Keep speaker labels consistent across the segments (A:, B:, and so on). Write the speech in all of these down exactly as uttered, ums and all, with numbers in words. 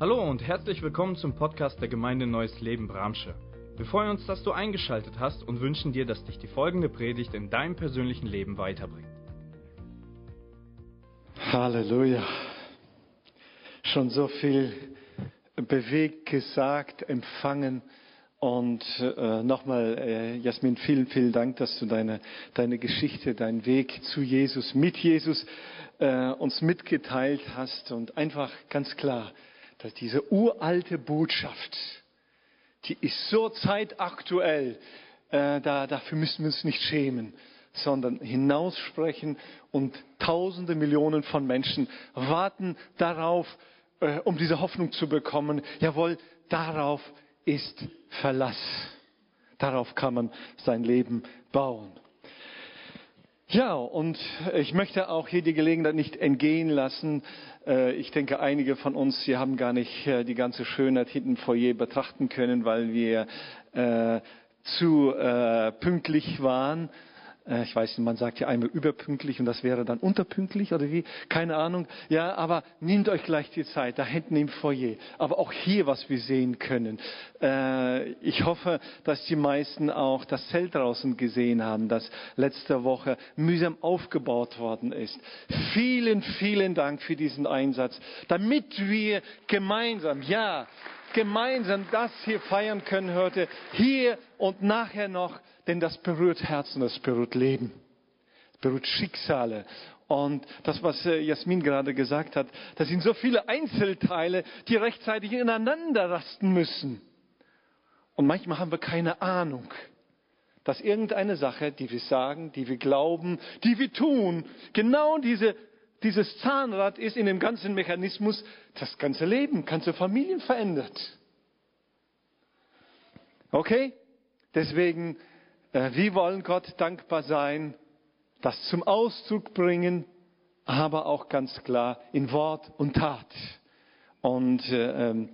A: Hallo und herzlich willkommen zum Podcast der Gemeinde Neues Leben Bramsche. Wir freuen uns, dass du eingeschaltet hast und wünschen dir, dass dich die folgende Predigt in deinem persönlichen Leben weiterbringt.
B: Halleluja. Schon so viel bewegt, gesagt, empfangen. Und äh, nochmal, äh, Jasmin, vielen, vielen Dank, dass du deine, deine Geschichte, deinen Weg zu Jesus, mit Jesus äh, uns mitgeteilt hast. Und einfach ganz klar, dass diese uralte Botschaft, die ist so zeitaktuell, äh, da, dafür müssen wir uns nicht schämen, sondern hinaussprechen und Tausende, Millionen von Menschen warten darauf, äh, um diese Hoffnung zu bekommen. Jawohl, darauf ist Verlass. Darauf kann man sein Leben bauen. Ja, und ich möchte auch hier die Gelegenheit nicht entgehen lassen. Ich denke, einige von uns hier haben gar nicht die ganze Schönheit hinten im Foyer betrachten können, weil wir äh, zu äh, pünktlich waren. Ich weiß nicht, man sagt ja einmal überpünktlich und das wäre dann unterpünktlich oder wie? Keine Ahnung. Ja, aber nehmt euch gleich die Zeit, da hinten im Foyer. Aber auch hier, was wir sehen können. Äh, ich hoffe, dass die meisten auch das Zelt draußen gesehen haben, das letzte Woche mühsam aufgebaut worden ist. Vielen, vielen Dank für diesen Einsatz, damit wir gemeinsam, ja, gemeinsam das hier feiern können heute, hier und nachher noch, denn das berührt Herzen, das berührt Leben, das berührt Schicksale. Und das, was Jasmin gerade gesagt hat, das sind so viele Einzelteile, die rechtzeitig ineinander rasten müssen. Und manchmal haben wir keine Ahnung, dass irgendeine Sache, die wir sagen, die wir glauben, die wir tun, genau diese Dieses Zahnrad ist in dem ganzen Mechanismus das ganze Leben, ganze Familien verändert. Okay? Deswegen, äh, wir wollen Gott dankbar sein, das zum Ausdruck bringen, aber auch ganz klar in Wort und Tat. Und äh, ähm,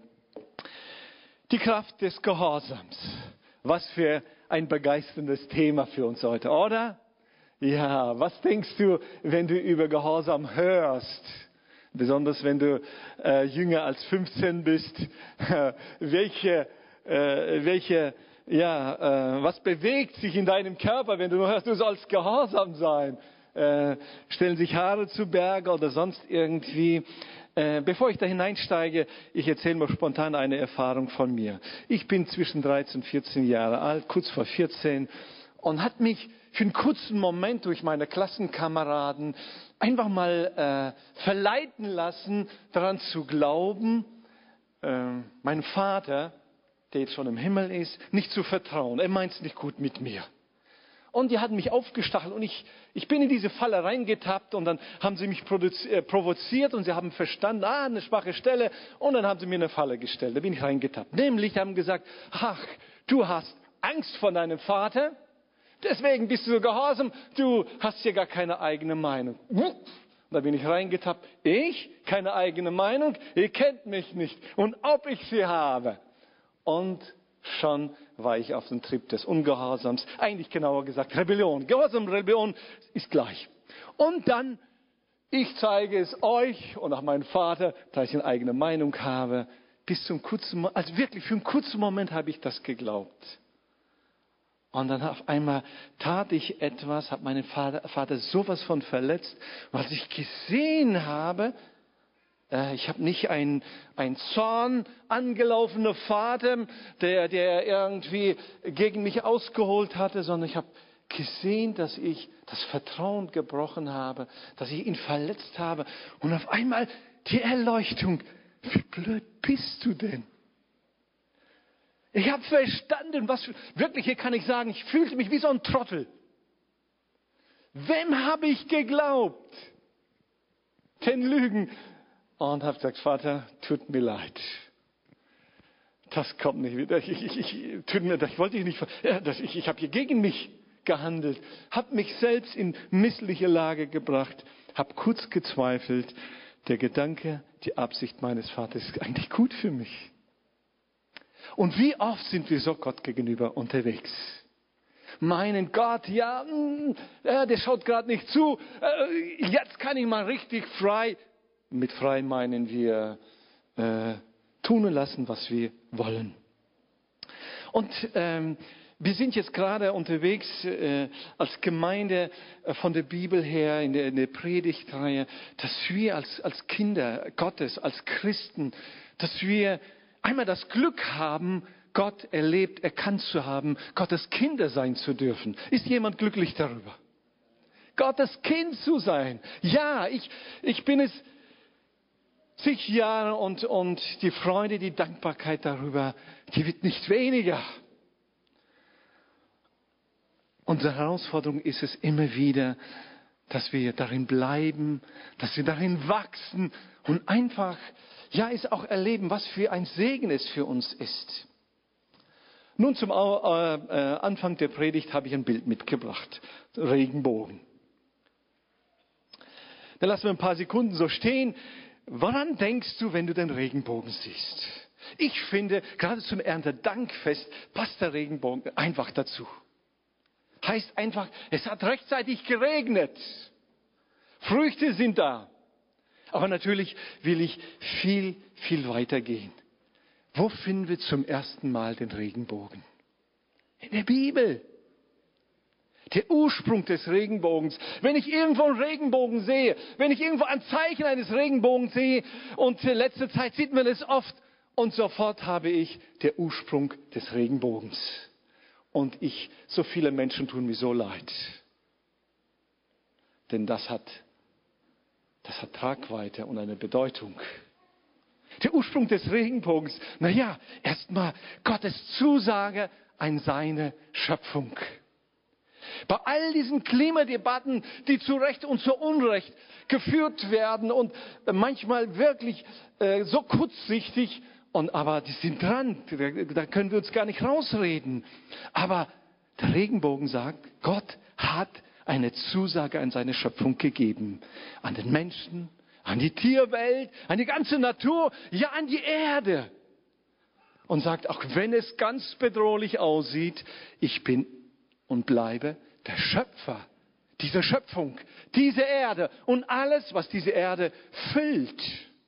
B: die Kraft des Gehorsams. Was für ein begeisterndes Thema für uns heute, oder? Ja, was denkst du, wenn du über Gehorsam hörst? Besonders wenn du äh, jünger als fünfzehn bist. welche, äh, welche, ja, äh, was bewegt sich in deinem Körper, wenn du hörst, du sollst gehorsam sein? Äh, stellen sich Haare zu Berge oder sonst irgendwie? Äh, bevor ich da hineinsteige, ich erzähle mal spontan eine Erfahrung von mir. Ich bin zwischen dreizehn und vierzehn Jahre alt, kurz vor vierzehn, und hat mich für einen kurzen Moment durch meine Klassenkameraden einfach mal äh, verleiten lassen, daran zu glauben, äh, meinem Vater, der jetzt schon im Himmel ist, nicht zu vertrauen. Er meint es nicht gut mit mir. Und die hatten mich aufgestachelt und ich, ich bin in diese Falle reingetappt und dann haben sie mich äh, provoziert und sie haben verstanden, ah, eine schwache Stelle, und dann haben sie mir eine Falle gestellt. Da bin ich reingetappt. Nämlich haben gesagt, ach, du hast Angst vor deinem Vater, deswegen bist du so gehorsam, du hast ja gar keine eigene Meinung. Und da bin ich reingetappt. Ich? Keine eigene Meinung? Ihr kennt mich nicht. Und ob ich sie habe. Und schon war ich auf dem Trip des Ungehorsams. Eigentlich genauer gesagt Rebellion. Gehorsam, Rebellion ist gleich. Und dann, ich zeige es euch und auch meinem Vater, da ich eine eigene Meinung habe. Bis zum kurzen, also wirklich für einen kurzen Moment habe ich das geglaubt. Und dann auf einmal tat ich etwas, habe meinen Vater, Vater sowas von verletzt, was ich gesehen habe. Äh, ich habe nicht einen, einen Zorn angelaufener Vater, der, der irgendwie gegen mich ausgeholt hatte, sondern ich habe gesehen, dass ich das Vertrauen gebrochen habe, dass ich ihn verletzt habe. Und auf einmal die Erleuchtung. Wie blöd bist du denn? Ich habe verstanden, was für, wirklich, hier kann ich sagen, ich fühlte mich wie so ein Trottel. Wem habe ich geglaubt? Den Lügen. Und habe gesagt, Vater, tut mir leid. Das kommt nicht wieder. Ich, ich, ich, tut mir, das wollte ich nicht. Das, ich ich habe hier gegen mich gehandelt, habe mich selbst in missliche Lage gebracht, habe kurz gezweifelt. Der Gedanke, die Absicht meines Vaters ist eigentlich gut für mich. Und wie oft sind wir so Gott gegenüber unterwegs? Meinen Gott, ja, mh, der schaut gerade nicht zu. Jetzt kann ich mal richtig frei. Mit frei meinen wir äh, tun und lassen, was wir wollen. Und ähm, wir sind jetzt gerade unterwegs äh, als Gemeinde äh, von der Bibel her in der, in der Predigtreihe, dass wir als, als Kinder Gottes, als Christen, dass wir einmal das Glück haben, Gott erlebt, erkannt zu haben, Gottes Kinder sein zu dürfen. Ist jemand glücklich darüber? Gottes Kind zu sein. Ja, ich, ich bin es zig Jahre und, und die Freude, die Dankbarkeit darüber, die wird nicht weniger. Unsere Herausforderung ist es immer wieder, dass wir darin bleiben, dass wir darin wachsen und einfach, ja, es auch erleben, was für ein Segen es für uns ist. Nun zum äh, äh, Anfang der Predigt habe ich ein Bild mitgebracht. Regenbogen. Dann lassen wir ein paar Sekunden so stehen. Woran denkst du, wenn du den Regenbogen siehst? Ich finde, gerade zum Erntedankfest passt der Regenbogen einfach dazu. Heißt einfach, es hat rechtzeitig geregnet. Früchte sind da. Aber natürlich will ich viel, viel weiter gehen. Wo finden wir zum ersten Mal den Regenbogen? In der Bibel. Der Ursprung des Regenbogens. Wenn ich irgendwo einen Regenbogen sehe, wenn ich irgendwo ein Zeichen eines Regenbogens sehe, und in letzter Zeit sieht man es oft, und sofort habe ich der Ursprung des Regenbogens. Und ich, so viele Menschen tun mir so leid. Denn das hat, das hat Tragweite und eine Bedeutung. Der Ursprung des Regenbogens, naja, erstmal Gottes Zusage an seine Schöpfung. Bei all diesen Klimadebatten, die zu Recht und zu Unrecht geführt werden und manchmal wirklich äh, so kurzsichtig, und, aber die sind dran, da können wir uns gar nicht rausreden. Aber der Regenbogen sagt, Gott hat eine Zusage an seine Schöpfung gegeben. An den Menschen, an die Tierwelt, an die ganze Natur, ja an die Erde. Und sagt, auch wenn es ganz bedrohlich aussieht, ich bin und bleibe der Schöpfer dieser Schöpfung, diese Erde und alles, was diese Erde füllt.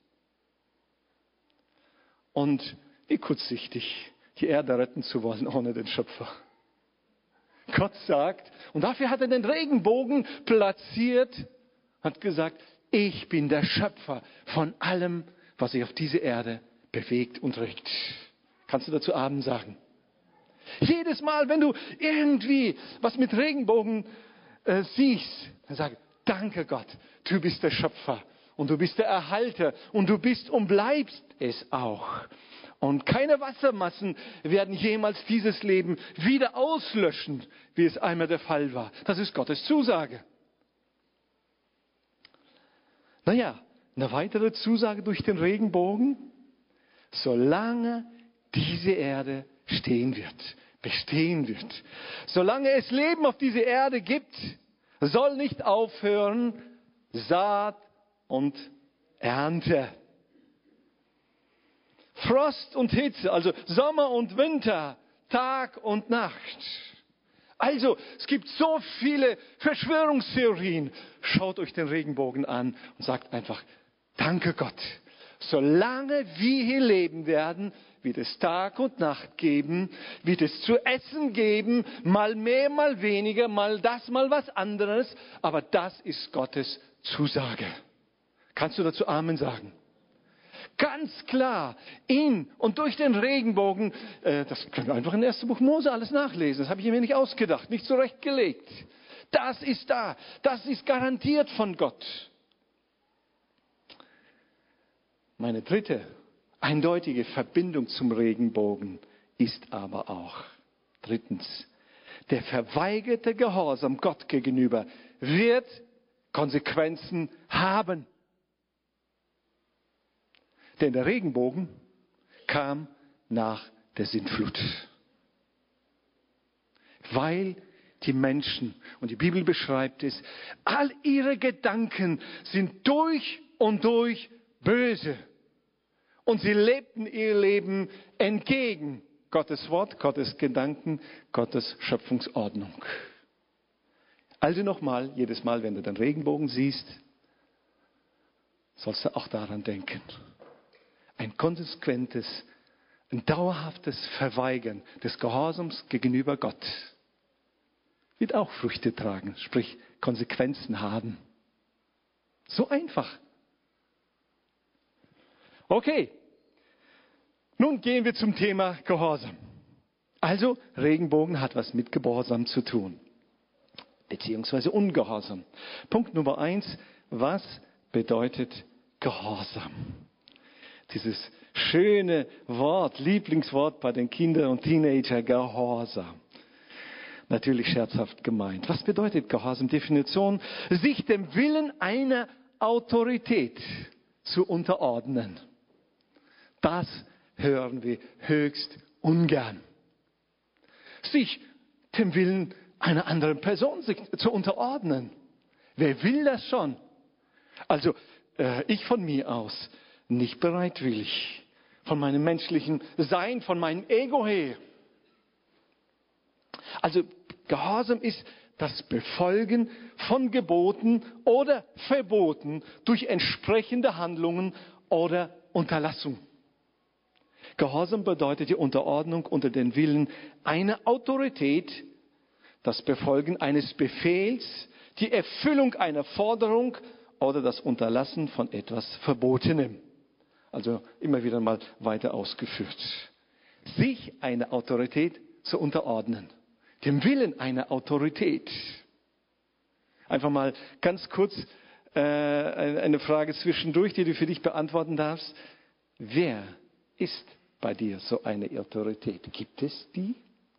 B: Und wie kurzsichtig, die Erde retten zu wollen ohne den Schöpfer. Gott sagt, und dafür hat er den Regenbogen platziert, hat gesagt, ich bin der Schöpfer von allem, was sich auf dieser Erde bewegt und regt. Kannst du dazu Amen sagen? Jedes Mal, wenn du irgendwie was mit Regenbogen äh, siehst, dann sag, danke Gott, du bist der Schöpfer und du bist der Erhalter und du bist und bleibst es auch. Und keine Wassermassen werden jemals dieses Leben wieder auslöschen, wie es einmal der Fall war. Das ist Gottes Zusage. Naja, eine weitere Zusage durch den Regenbogen. Solange diese Erde stehen wird, bestehen wird. Solange es Leben auf dieser Erde gibt, soll nicht aufhören Saat und Ernte. Frost und Hitze, also Sommer und Winter, Tag und Nacht. Also, es gibt so viele Verschwörungstheorien. Schaut euch den Regenbogen an und sagt einfach, danke Gott. Solange wir hier leben werden, wird es Tag und Nacht geben, wird es zu essen geben, mal mehr, mal weniger, mal das, mal was anderes. Aber das ist Gottes Zusage. Kannst du dazu Amen sagen? Ganz klar, in und durch den Regenbogen, äh, das können wir einfach in ersten Buch Mose alles nachlesen. Das habe ich mir nicht ausgedacht, nicht zurechtgelegt. Das ist da, das ist garantiert von Gott. Meine dritte, eindeutige Verbindung zum Regenbogen ist aber auch, drittens, der verweigerte Gehorsam Gott gegenüber wird Konsequenzen haben. Denn der Regenbogen kam nach der Sintflut. Weil die Menschen, und die Bibel beschreibt es, all ihre Gedanken sind durch und durch böse. Und sie lebten ihr Leben entgegen Gottes Wort, Gottes Gedanken, Gottes Schöpfungsordnung. Also nochmal, jedes Mal, wenn du den Regenbogen siehst, sollst du auch daran denken. ein konsequentes, ein dauerhaftes Verweigern des Gehorsams gegenüber Gott wird auch Früchte tragen, sprich Konsequenzen haben. So einfach. Okay, nun gehen wir zum Thema Gehorsam. Also, Regenbogen hat was mit Gehorsam zu tun, beziehungsweise Ungehorsam. Punkt Nummer eins, was bedeutet Gehorsam? Dieses schöne Wort, Lieblingswort bei den Kindern und Teenagern, Gehorsam. Natürlich scherzhaft gemeint. Was bedeutet Gehorsam? Definition, sich dem Willen einer Autorität zu unterordnen. Das hören wir höchst ungern. Sich dem Willen einer anderen Person zu unterordnen. Wer will das schon? Also äh, ich von mir aus nicht bereitwillig. Von meinem menschlichen Sein, von meinem Ego her. Also Gehorsam ist das Befolgen von Geboten oder Verboten durch entsprechende Handlungen oder Unterlassung. Gehorsam bedeutet die Unterordnung unter den Willen einer Autorität, das Befolgen eines Befehls, die Erfüllung einer Forderung oder das Unterlassen von etwas Verbotenem. Also immer wieder mal weiter ausgeführt. Sich einer Autorität zu unterordnen. Dem Willen einer Autorität. Einfach mal ganz kurz äh, eine Frage zwischendurch, die du für dich beantworten darfst. Wer ist bei dir so eine Autorität? Gibt es die?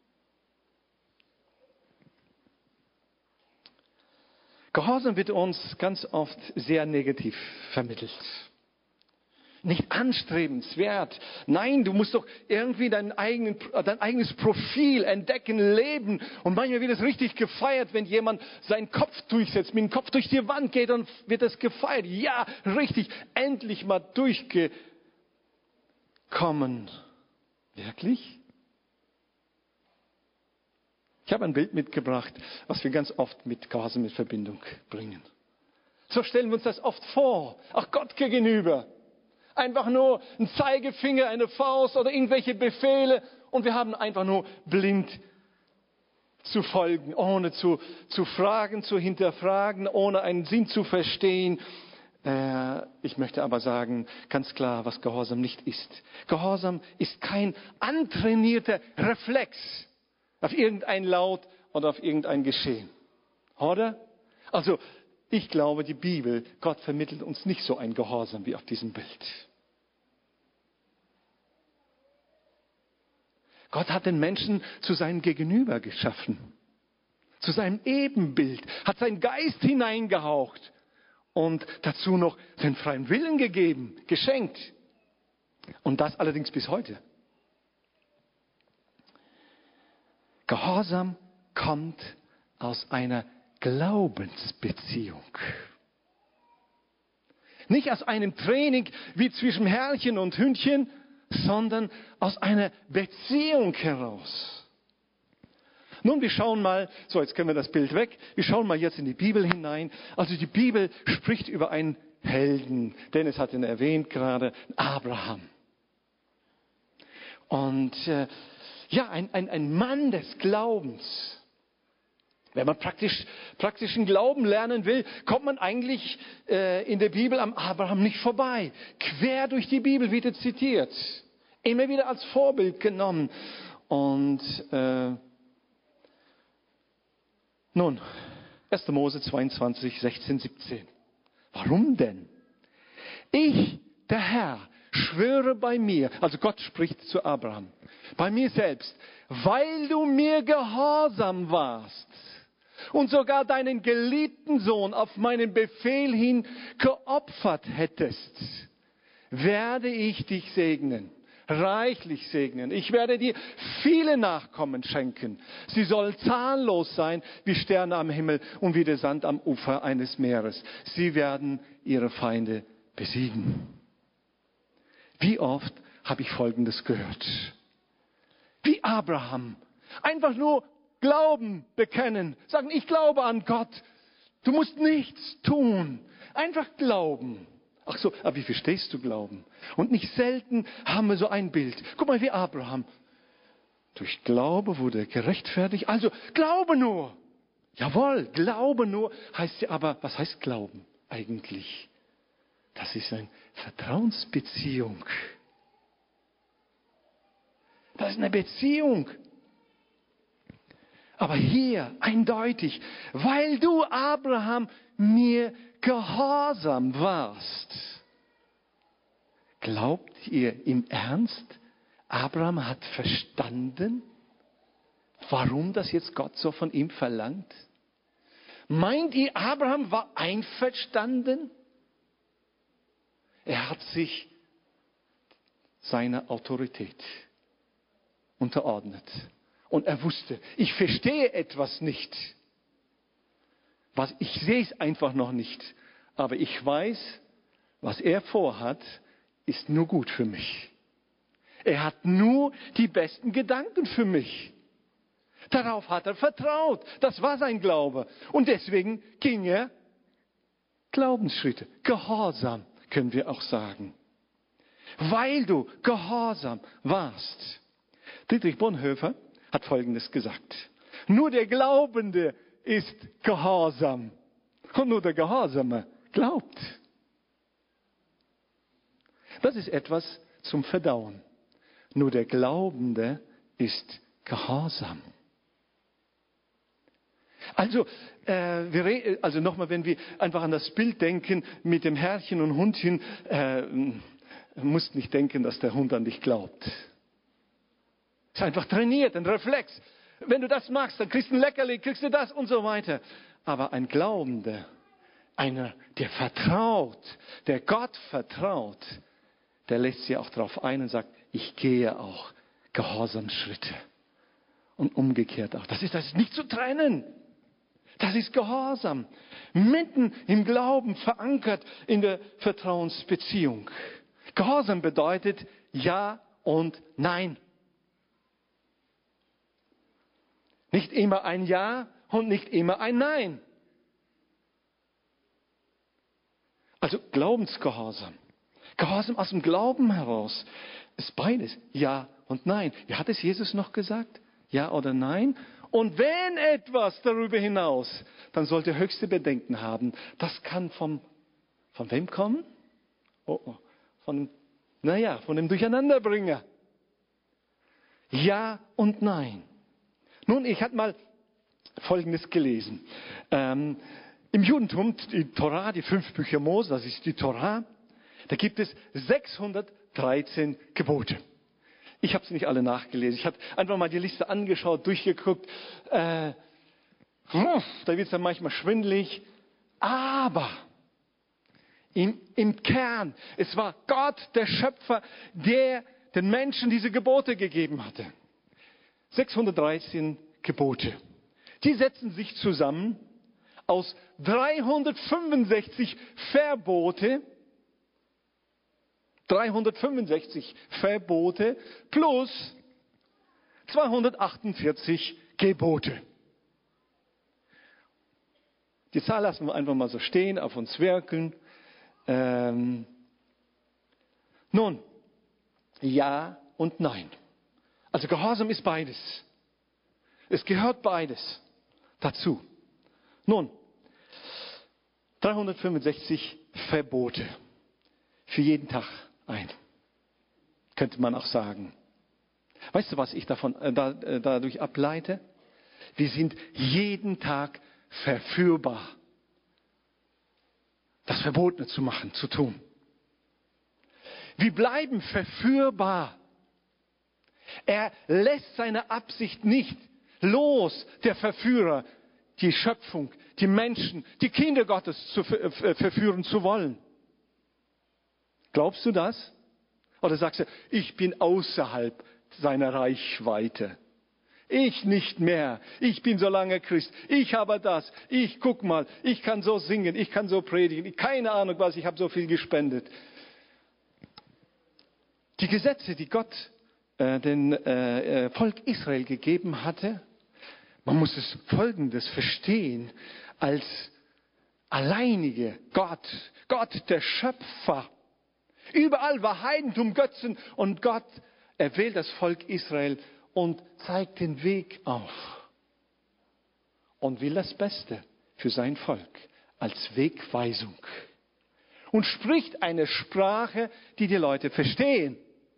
B: Gehorsam wird uns ganz oft sehr negativ vermittelt. Nicht anstrebenswert. Nein, du musst doch irgendwie dein, eigenen, dein eigenes Profil entdecken, leben. Und manchmal wird es richtig gefeiert, wenn jemand seinen Kopf durchsetzt, mit dem Kopf durch die Wand geht, dann wird es gefeiert. Ja, richtig, endlich mal durchgekommen. Wirklich? Ich habe ein Bild mitgebracht, was wir ganz oft mit Gehorsam in Verbindung bringen. So stellen wir uns das oft vor, auch Gott gegenüber. Einfach nur ein Zeigefinger, eine Faust oder irgendwelche Befehle und wir haben einfach nur blind zu folgen, ohne zu, zu fragen, zu hinterfragen, ohne einen Sinn zu verstehen. Äh, ich möchte aber sagen, ganz klar, was Gehorsam nicht ist. Gehorsam ist kein antrainierter Reflex auf irgendein Laut oder auf irgendein Geschehen. Oder? Also, ich glaube, die Bibel, Gott vermittelt uns nicht so ein Gehorsam wie auf diesem Bild. Gott hat den Menschen zu seinem Gegenüber geschaffen. Zu seinem Ebenbild. Hat seinen Geist hineingehaucht. Und dazu noch den freien Willen gegeben, geschenkt. Und das allerdings bis heute. Gehorsam kommt aus einer Glaubensbeziehung. Nicht aus einem Training wie zwischen Herrchen und Hündchen, sondern aus einer Beziehung heraus. Nun, wir schauen mal, so jetzt können wir das Bild weg, wir schauen mal jetzt in die Bibel hinein. Also die Bibel spricht über einen Helden, Dennis hat ihn erwähnt gerade, Abraham. Und äh, ja, ein, ein, ein Mann des Glaubens. Wenn man praktisch, praktischen Glauben lernen will, kommt man eigentlich äh, in der Bibel am Abraham nicht vorbei. Quer durch die Bibel wird er zitiert. Immer wieder als Vorbild genommen. Und äh, nun, erster Mose zweiundzwanzig, sechzehn, siebzehn. Warum denn? Ich, der Herr, schwöre bei mir, also Gott spricht zu Abraham, bei mir selbst, weil du mir gehorsam warst und sogar deinen geliebten Sohn auf meinen Befehl hin geopfert hättest, werde ich dich segnen, reichlich segnen. Ich werde dir viele Nachkommen schenken. Sie sollen zahllos sein wie Sterne am Himmel und wie der Sand am Ufer eines Meeres. Sie werden ihre Feinde besiegen. Wie oft habe ich Folgendes gehört? Wie Abraham. Einfach nur Glauben bekennen. Sagen, ich glaube an Gott. Du musst nichts tun. Einfach glauben. Ach so, aber wie verstehst du Glauben? Und nicht selten haben wir so ein Bild. Guck mal, wie Abraham. Durch Glaube wurde er gerechtfertigt. Also, glaube nur. Jawohl, glaube nur heißt ja, aber was heißt Glauben eigentlich? Das ist eine Vertrauensbeziehung. Das ist eine Beziehung. Aber hier eindeutig, weil du, Abraham, mir gehorsam warst. Glaubt ihr im Ernst, Abraham hat verstanden, warum das jetzt Gott so von ihm verlangt? Meint ihr, Abraham war einverstanden? Er hat sich seiner Autorität unterordnet. Und er wusste, ich verstehe etwas nicht. Was, ich sehe es einfach noch nicht. Aber ich weiß, was er vorhat, ist nur gut für mich. Er hat nur die besten Gedanken für mich. Darauf hat er vertraut. Das war sein Glaube. Und deswegen ging er Glaubensschritte. Gehorsam, können wir auch sagen. Weil du gehorsam warst. Dietrich Bonhoeffer hat Folgendes gesagt. Nur der Glaubende ist gehorsam. Und nur der Gehorsame glaubt. Das ist etwas zum Verdauen. Nur der Glaubende ist gehorsam. Also, äh, wir, also nochmal, wenn wir einfach an das Bild denken mit dem Herrchen und Hundchen, äh, musst nicht denken, dass der Hund an dich glaubt. Ist einfach trainiert, ein Reflex. Wenn du das machst, dann kriegst du ein Leckerli, kriegst du das und so weiter. Aber ein Glaubender, einer, der vertraut, der Gott vertraut, der lässt sich auch darauf ein und sagt, ich gehe auch Gehorsamschritte. Und umgekehrt auch. Das ist, das ist nicht zu trennen. Das ist Gehorsam. Mitten im Glauben verankert in der Vertrauensbeziehung. Gehorsam bedeutet Ja und Nein. Nicht immer ein Ja und nicht immer ein Nein. Also Glaubensgehorsam. Gehorsam aus dem Glauben heraus ist beides. Ja und Nein. Wie hat es Jesus noch gesagt? Ja oder Nein? Und wenn etwas darüber hinaus, dann sollte höchste Bedenken haben. Das kann vom, von wem kommen? Oh, oh, von, naja, von dem Durcheinanderbringer. Ja und Nein. Nun, ich hatte mal Folgendes gelesen. Ähm, Im Judentum, die Torah, die fünf Bücher Mose, das ist die Torah, da gibt es sechshundertdreizehn Gebote. Ich habe sie nicht alle nachgelesen. Ich habe einfach mal die Liste angeschaut, durchgeguckt. Äh, da wird es dann manchmal schwindelig. Aber im, im Kern, es war Gott, der Schöpfer, der den Menschen diese Gebote gegeben hatte. sechshundertdreizehn Gebote. Die setzen sich zusammen aus dreihundertfünfundsechzig Verbote, dreihundertfünfundsechzig Verbote plus zweihundertachtundvierzig Gebote. Die Zahl lassen wir einfach mal so stehen, auf uns wirken. Ähm, nun, Ja und Nein. Also Gehorsam ist beides. Es gehört beides dazu. Nun, dreihundertfünfundsechzig Verbote. Für jeden Tag ein. Könnte man auch sagen. Weißt du, was ich davon, äh, da, äh, dadurch ableite? Wir sind jeden Tag verführbar, das Verbotene zu machen, zu tun. Wir bleiben verführbar. Er lässt seine Absicht nicht los, der Verführer, die Schöpfung, die Menschen, die Kinder Gottes zu verführen zu wollen. Glaubst du das? Oder sagst du, ich bin außerhalb seiner Reichweite. Ich nicht mehr. Ich bin so lange Christ. Ich habe das. Ich guck mal. Ich kann so singen. Ich kann so predigen. Keine Ahnung was. Ich habe so viel gespendet. Die Gesetze, die Gott äh, den äh, Volk Israel gegeben hatte, man muss es Folgendes verstehen, als alleinige Gott, Gott der Schöpfer. Überall war Heidentum, Götzen und Gott erwählt das Volk Israel und zeigt den Weg auf. Und will das Beste für sein Volk als Wegweisung. Und spricht eine Sprache, die die Leute verstehen.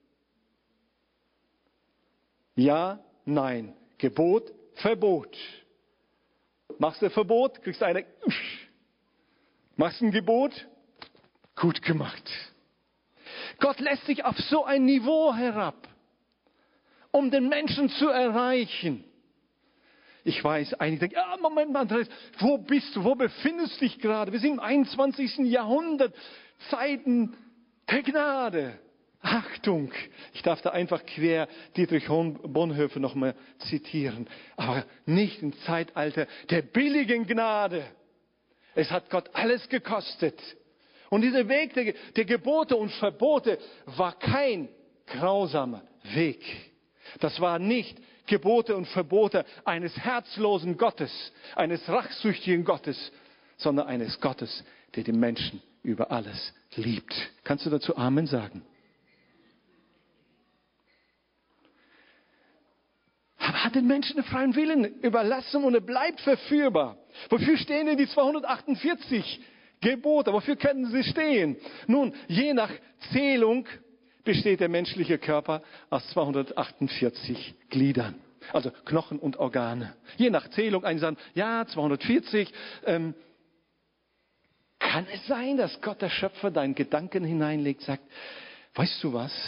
B: Ja, nein. Gebot, Verbot. Machst du ein Verbot, kriegst du eine. Machst du ein Gebot? Gut gemacht. Gott lässt sich auf so ein Niveau herab, um den Menschen zu erreichen. Ich weiß, einige denken, ja, Moment mal, Andreas, wo bist du, wo befindest du dich gerade? Wir sind im einundzwanzigsten Jahrhundert, Zeiten der Gnade. Achtung, ich darf da einfach quer Dietrich Bonhoeffer nochmal zitieren, aber nicht im Zeitalter der billigen Gnade. Es hat Gott alles gekostet. Und dieser Weg der, der Gebote und Verbote war kein grausamer Weg. Das war nicht Gebote und Verbote eines herzlosen Gottes, eines rachsüchtigen Gottes, sondern eines Gottes, der die Menschen über alles liebt. Kannst du dazu Amen sagen? Aber hat den Menschen den freien Willen überlassen und er bleibt verführbar. Wofür stehen denn die zweihundertachtundvierzig Gebote? Wofür können sie stehen? Nun, je nach Zählung besteht der menschliche Körper aus zweihundertachtundvierzig Gliedern. Also Knochen und Organe. Je nach Zählung, einige sagen, ja, zweihundertvierzig. Ähm, kann es sein, dass Gott, der Schöpfer, deinen Gedanken hineinlegt, sagt, weißt du was?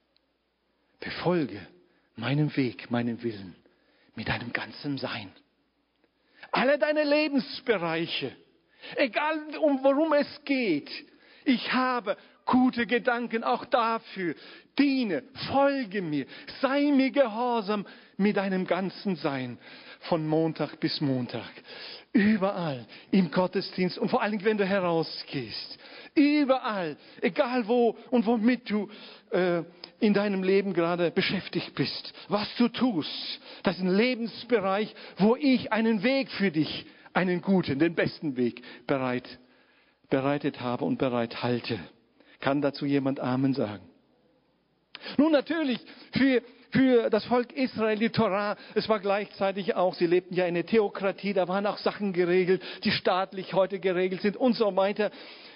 B: Befolge meinen Weg, meinen Willen mit deinem ganzen Sein. Alle deine Lebensbereiche, egal um worum es geht, ich habe gute Gedanken auch dafür. Diene, folge mir, sei mir gehorsam mit deinem ganzen Sein, von Montag bis Montag. Überall im Gottesdienst und vor allen Dingen, wenn du herausgehst. Überall, egal wo und womit du äh, in deinem Leben gerade beschäftigt bist, was du tust. Das ist ein Lebensbereich, wo ich einen Weg für dich, einen guten, den besten Weg bereit, bereitet habe und bereit halte. Kann dazu jemand Amen sagen? Nun natürlich, für, für das Volk Israel, die Torah, es war gleichzeitig auch, sie lebten ja in der Theokratie, da waren auch Sachen geregelt, die staatlich heute geregelt sind und so weiter,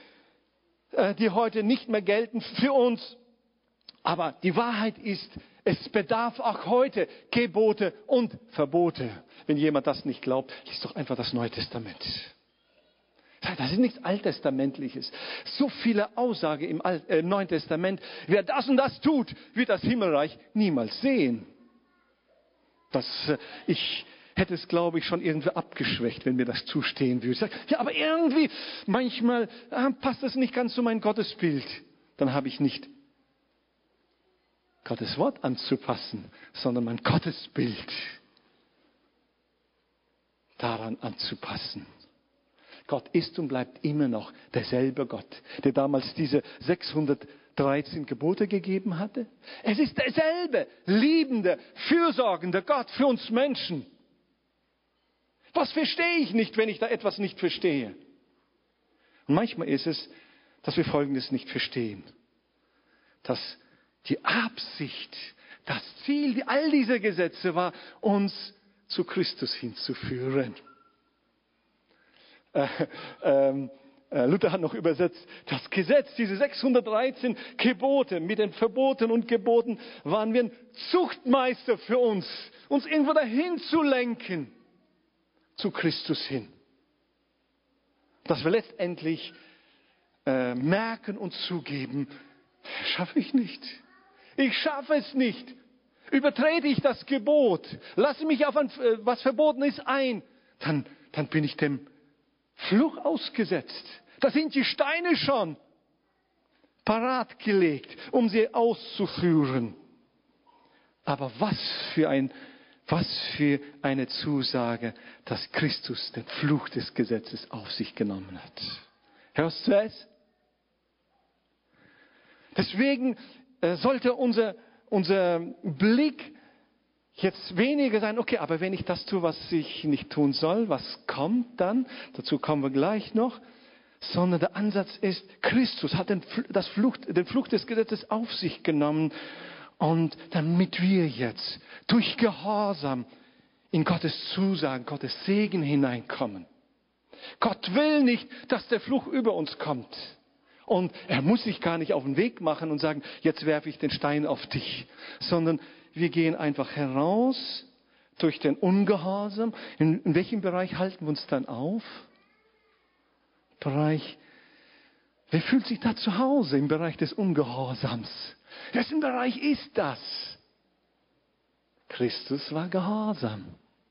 B: die heute nicht mehr gelten für uns. Aber die Wahrheit ist, es bedarf auch heute Gebote und Verbote. Wenn jemand das nicht glaubt, liest doch einfach das Neue Testament. Das ist nichts Alttestamentliches. So viele Aussagen im, Alt, äh, im Neuen Testament. Wer das und das tut, wird das Himmelreich niemals sehen. Das, äh, ich hätte es, glaube ich, schon irgendwie abgeschwächt, wenn mir das zustehen würde. Ich sage, ja, aber irgendwie, manchmal äh, passt das nicht ganz zu meinem Gottesbild. Dann habe ich nicht Gottes Wort anzupassen, sondern mein Gottesbild daran anzupassen. Gott ist und bleibt immer noch derselbe Gott, der damals diese sechshundertdreizehn Gebote gegeben hatte. Es ist derselbe liebende, fürsorgende Gott für uns Menschen. Was verstehe ich nicht, wenn ich da etwas nicht verstehe? Und manchmal ist es, dass wir Folgendes nicht verstehen. Dass die Absicht, das Ziel all dieser Gesetze war, uns zu Christus hinzuführen. Äh, ähm, äh, Luther hat noch übersetzt, das Gesetz, diese sechshundertdreizehn Gebote mit den Verboten und Geboten waren wie ein Zuchtmeister für uns, uns irgendwo dahin zu lenken, zu Christus hin. Dass wir letztendlich äh, merken und zugeben, schaffe ich nicht. Ich schaffe es nicht. Übertrete ich das Gebot, lasse mich auf ein, was verboten ist, ein, dann, dann bin ich dem Fluch ausgesetzt. Da sind die Steine schon parat gelegt, um sie auszuführen. Aber was für ein, was für eine Zusage, dass Christus den Fluch des Gesetzes auf sich genommen hat. Hörst du es? Deswegen äh, sollte unser, unser Blick jetzt weniger sein, okay, aber wenn ich das tue, was ich nicht tun soll, was kommt dann? Dazu kommen wir gleich noch. sondern der Ansatz ist, Christus hat den, das Flucht, den Fluch des Gesetzes auf sich genommen und damit wir jetzt durch Gehorsam in Gottes Zusagen, Gottes Segen hineinkommen. Gott will nicht, dass der Fluch über uns kommt. Und er muss sich gar nicht auf den Weg machen und sagen, jetzt werfe ich den Stein auf dich. Sondern wir gehen einfach heraus durch den Ungehorsam. In, in welchem Bereich halten wir uns dann auf? Bereich, wer fühlt sich da zu Hause im Bereich des Ungehorsams? Wessen Bereich ist das? Christus war gehorsam.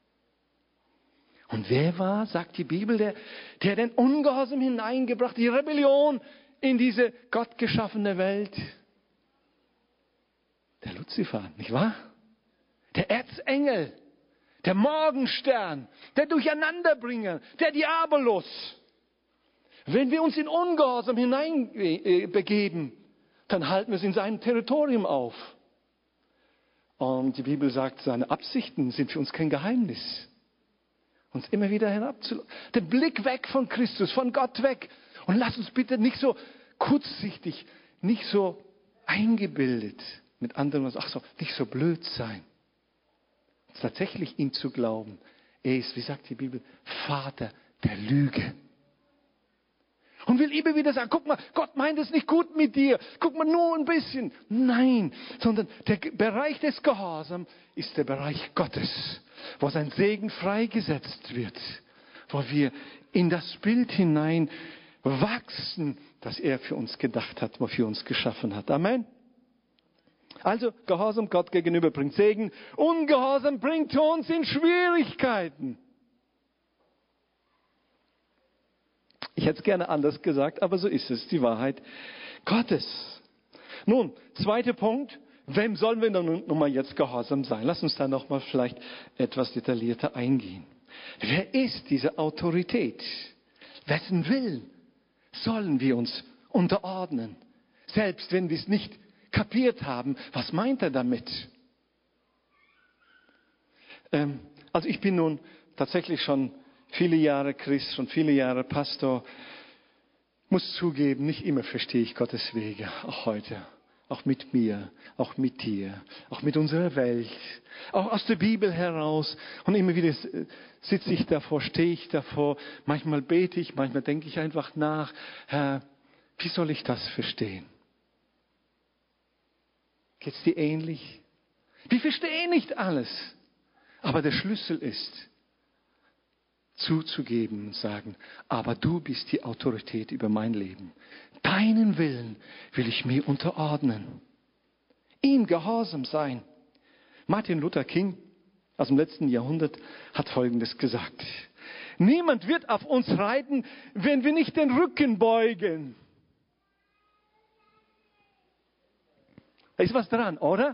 B: Und wer war, sagt die Bibel, der, der den Ungehorsam hineingebracht, die Rebellion in diese gottgeschaffene Welt? Der Luzifer, nicht wahr? Der Erzengel, der Morgenstern, der Durcheinanderbringer, der Diabolus. Wenn wir uns in Ungehorsam hineinbegeben, dann halten wir es in seinem Territorium auf. Und die Bibel sagt, seine Absichten sind für uns kein Geheimnis. Uns immer wieder herabzulassen. Den Blick weg von Christus, von Gott weg. Und lass uns bitte nicht so kurzsichtig, nicht so eingebildet, mit anderen, ach so, nicht so blöd sein. Tatsächlich ihm zu glauben. Er ist, wie sagt die Bibel, Vater der Lüge. Und will immer wieder sagen, guck mal, Gott meint es nicht gut mit dir. Guck mal, nur ein bisschen. Nein, sondern der Bereich des Gehorsams ist der Bereich Gottes, wo sein Segen freigesetzt wird, wo wir in das Bild hinein wachsen, das er für uns gedacht hat, wofür er uns geschaffen hat. Amen. Also, Gehorsam Gott gegenüber bringt Segen. Ungehorsam bringt uns in Schwierigkeiten. Ich hätte es gerne anders gesagt, aber so ist es, die Wahrheit Gottes. Nun, zweiter Punkt. Wem sollen wir nun, nun mal jetzt gehorsam sein? Lass uns da nochmal vielleicht etwas detaillierter eingehen. Wer ist diese Autorität? Wessen Willen sollen wir uns unterordnen? Selbst wenn wir es nicht kapiert haben, was meint er damit? Ähm, also ich bin nun tatsächlich schon viele Jahre Christ, schon viele Jahre Pastor. Muss zugeben, nicht immer verstehe ich Gottes Wege, auch heute. Auch mit mir, auch mit dir, auch mit unserer Welt, auch aus der Bibel heraus. Und immer wieder sitze ich davor, stehe ich davor. Manchmal bete ich, manchmal denke ich einfach nach. Herr, wie soll ich das verstehen? Geht's dir ähnlich? Wir verstehen nicht alles. Aber der Schlüssel ist, zuzugeben und sagen, aber du bist die Autorität über mein Leben. Deinen Willen will ich mir unterordnen. Ihm gehorsam sein. Martin Luther King aus dem letzten Jahrhundert hat Folgendes gesagt. Niemand wird auf uns reiten, wenn wir nicht den Rücken beugen. Da ist was dran, oder?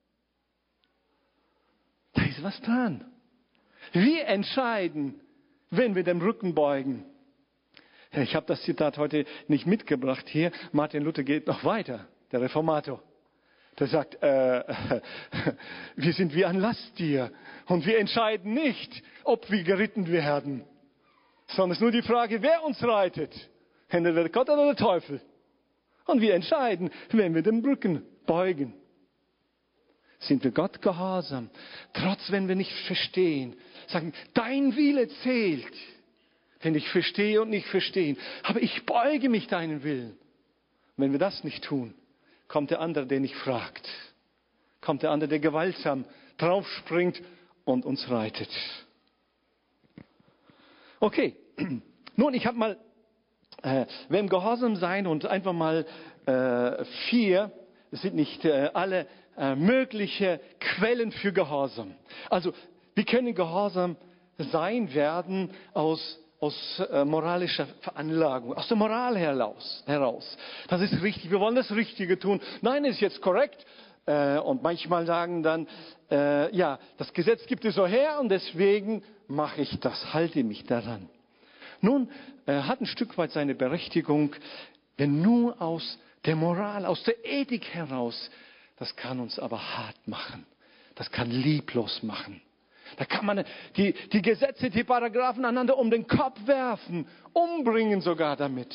B: Da ist was dran. Wir entscheiden, wenn wir den Rücken beugen. Ich habe das Zitat heute nicht mitgebracht hier. Martin Luther geht noch weiter, der Reformator. Der sagt, äh, wir sind wie ein Lasttier und wir entscheiden nicht, ob wir geritten werden, sondern es ist nur die Frage, wer uns reitet. Entweder Gott oder der Teufel. Und wir entscheiden, wenn wir den Rücken beugen. Sind wir Gott gehorsam, trotz wenn wir nicht verstehen. Sagen, dein Wille zählt, wenn ich verstehe und nicht verstehen. Aber ich beuge mich deinen Willen. Wenn wir das nicht tun, kommt der andere, der nicht fragt. Kommt der andere, der gewaltsam draufspringt und uns reitet. Okay, nun, ich habe mal, äh, wem gehorsam sein und einfach mal äh, vier, es sind nicht äh, alle äh, mögliche Quellen für Gehorsam. Also, wir können gehorsam sein werden aus, aus äh, moralischer Veranlagung, aus der Moral heraus, heraus. Das ist richtig, wir wollen das Richtige tun. Nein, ist jetzt korrekt. Äh, und manchmal sagen dann, äh, ja, das Gesetz gibt es so her und deswegen mache ich das, halte mich daran. Nun, äh, hat ein Stück weit seine Berechtigung, denn nur aus der Moral, aus der Ethik heraus, das kann uns aber hart machen. Das kann lieblos machen. Da kann man die, die Gesetze, die Paragraphen einander um den Kopf werfen, umbringen sogar damit.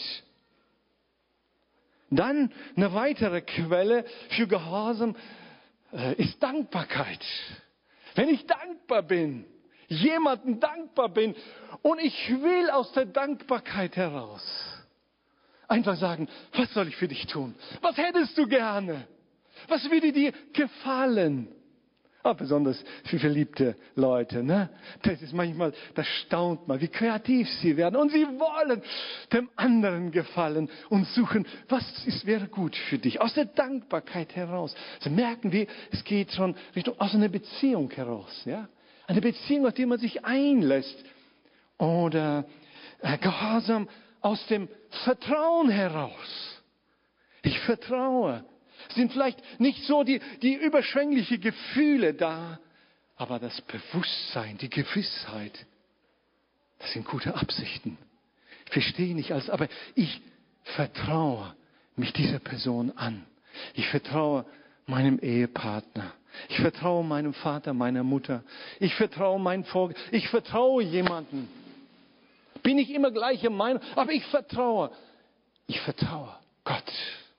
B: Dann eine weitere Quelle für Gehorsam äh, ist Dankbarkeit. Wenn ich dankbar bin, jemandem dankbar bin und ich will aus der Dankbarkeit heraus einfach sagen, was soll ich für dich tun? Was hättest du gerne? Was würde dir gefallen? Auch besonders für verliebte Leute, ne? Das ist manchmal, das staunt mal, wie kreativ sie werden. Und sie wollen dem anderen gefallen und suchen, was ist, wäre gut für dich. Aus der Dankbarkeit heraus. So merken wir, es geht schon Richtung, aus einer Beziehung heraus, ja? Eine Beziehung, auf die man sich einlässt. Oder äh, Gehorsam aus dem Vertrauen heraus. Ich vertraue. Es sind vielleicht nicht so die, die überschwänglichen Gefühle da, aber das Bewusstsein, die Gewissheit, das sind gute Absichten. Ich verstehe nicht alles, aber ich vertraue mich dieser Person an. Ich vertraue meinem Ehepartner. Ich vertraue meinem Vater, meiner Mutter. Ich vertraue meinem Vorgesetzten. Ich vertraue jemandem. Bin ich immer gleicher Meinung, aber ich vertraue. Ich vertraue Gott.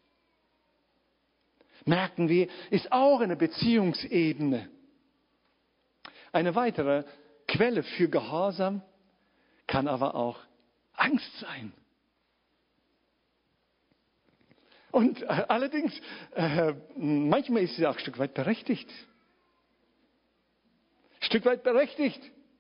B: Merken wir, ist auch eine Beziehungsebene. Eine weitere Quelle für Gehorsam kann aber auch Angst sein. Und äh, allerdings, äh, manchmal ist sie auch ein Stück weit berechtigt. Ein Stück weit berechtigt.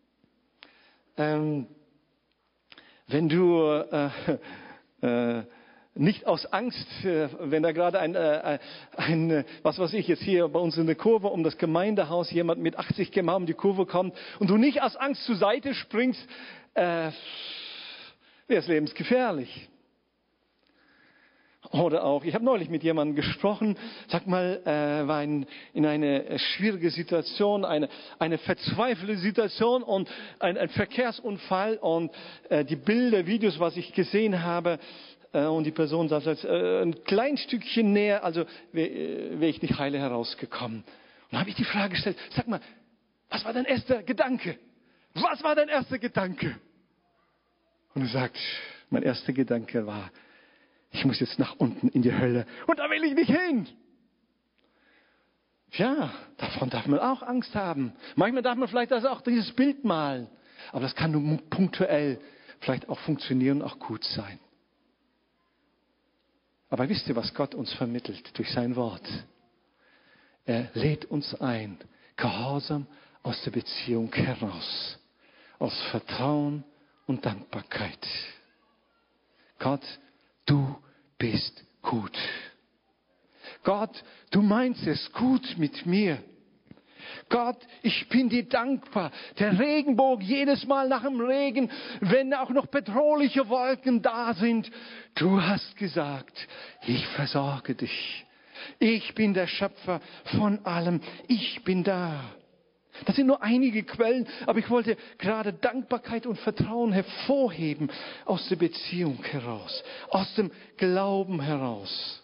B: Ähm, wenn du äh, äh, nicht aus Angst, wenn da gerade ein, äh, ein, was weiß ich, jetzt hier bei uns in der Kurve um das Gemeindehaus jemand mit achtzig Kilometer pro Stunde um die Kurve kommt und du nicht aus Angst zur Seite springst, äh, wäre es lebensgefährlich. Oder auch, ich habe neulich mit jemandem gesprochen, sag mal, äh, war in, in eine schwierige Situation, eine, eine verzweifelte Situation und ein, ein Verkehrsunfall und äh, die Bilder, Videos, was ich gesehen habe, und die Person saß jetzt ein klein Stückchen näher, also wäre wär ich nicht heile herausgekommen. Und dann habe ich die Frage gestellt, sag mal, was war dein erster Gedanke? Was war dein erster Gedanke? Und er sagt, mein erster Gedanke war, ich muss jetzt nach unten in die Hölle und da will ich nicht hin. Ja, davon darf man auch Angst haben. Manchmal darf man vielleicht also auch dieses Bild malen, aber das kann nur punktuell vielleicht auch funktionieren und auch gut sein. Aber wisst ihr, was Gott uns vermittelt durch sein Wort? Er lädt uns ein, Gehorsam aus der Beziehung heraus, aus Vertrauen und Dankbarkeit. Gott, du bist gut. Gott, du meinst es gut mit mir. Gott, ich bin dir dankbar. Der Regenbogen, jedes Mal nach dem Regen, wenn auch noch bedrohliche Wolken da sind. Du hast gesagt, ich versorge dich. Ich bin der Schöpfer von allem. Ich bin da. Das sind nur einige Quellen, aber ich wollte gerade Dankbarkeit und Vertrauen hervorheben aus der Beziehung heraus, aus dem Glauben heraus.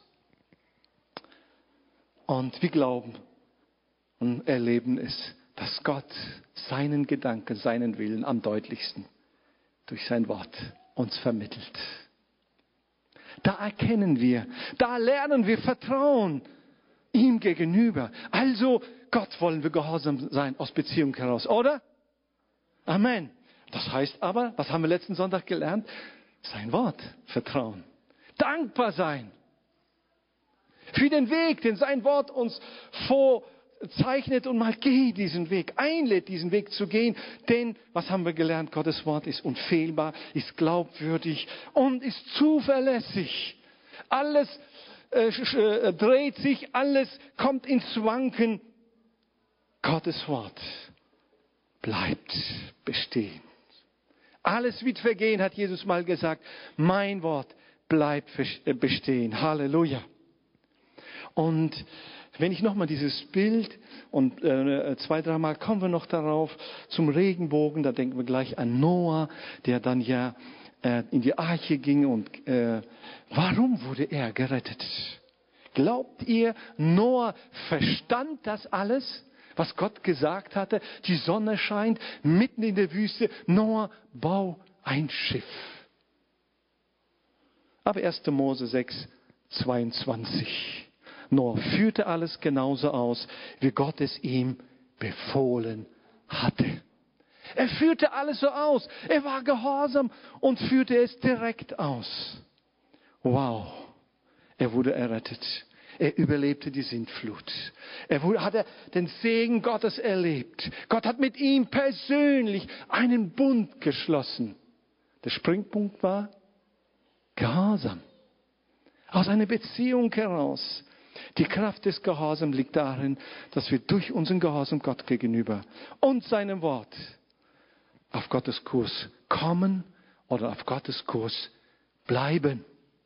B: Und wir glauben und erleben es, dass Gott seinen Gedanken, seinen Willen am deutlichsten durch sein Wort uns vermittelt. Da erkennen wir, da lernen wir Vertrauen ihm gegenüber. Also Gott wollen wir gehorsam sein aus Beziehung heraus, oder? Amen. Das heißt aber, was haben wir letzten Sonntag gelernt? Sein Wort vertrauen. Dankbar sein. Für den Weg, den sein Wort uns vorzeichnet und mal geh diesen Weg, einlädt diesen Weg zu gehen. Denn, was haben wir gelernt? Gottes Wort ist unfehlbar, ist glaubwürdig und ist zuverlässig. Alles äh, äh, dreht sich, alles kommt ins Wanken. Gottes Wort bleibt bestehen. Alles wird vergehen, hat Jesus mal gesagt. Mein Wort bleibt bestehen. Halleluja. Und wenn ich nochmal dieses Bild, und äh, zwei, dreimal kommen wir noch darauf, zum Regenbogen, da denken wir gleich an Noah, der dann ja äh, in die Arche ging. Und äh, warum wurde er gerettet? Glaubt ihr, Noah verstand das alles? was Gott gesagt hatte. Die Sonne scheint mitten in der Wüste. Noah, bau ein Schiff. Aber erster Mose sechs, zweiundzwanzig. Noah führte alles genauso aus, wie Gott es ihm befohlen hatte. Er führte alles so aus. Er war gehorsam und führte es direkt aus. Wow. Er wurde errettet. Er überlebte die Sintflut. Er wurde, hat er den Segen Gottes erlebt. Gott hat mit ihm persönlich einen Bund geschlossen. Der Springpunkt war Gehorsam. Aus einer Beziehung heraus. Die Kraft des Gehorsams liegt darin, dass wir durch unseren Gehorsam Gott gegenüber und seinem Wort auf Gottes Kurs kommen oder auf Gottes Kurs bleiben.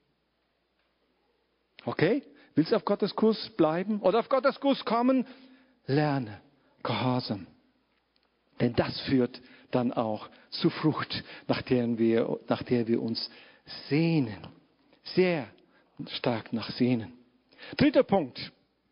B: Okay? Willst du auf Gottes Kurs bleiben oder auf Gottes Kurs kommen? Lerne Gehorsam. Denn das führt dann auch zu Frucht, nach der wir, nach der wir uns sehnen. Sehr stark nach sehnen. Dritter Punkt.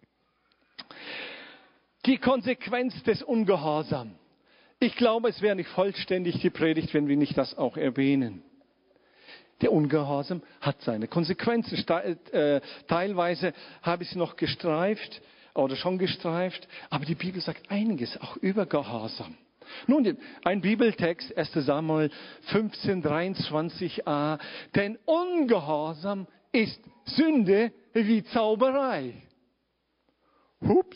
B: Die Konsequenz des Ungehorsams. Ich glaube, es wäre nicht vollständig die Predigt, wenn wir nicht das auch erwähnen. Der Ungehorsam hat seine Konsequenzen. Teilweise habe ich es noch gestreift oder schon gestreift, aber die Bibel sagt einiges auch über Gehorsam. Nun, ein Bibeltext, erster Samuel fünfzehn, dreiundzwanzig a. Denn Ungehorsam ist Sünde wie Zauberei. Hups.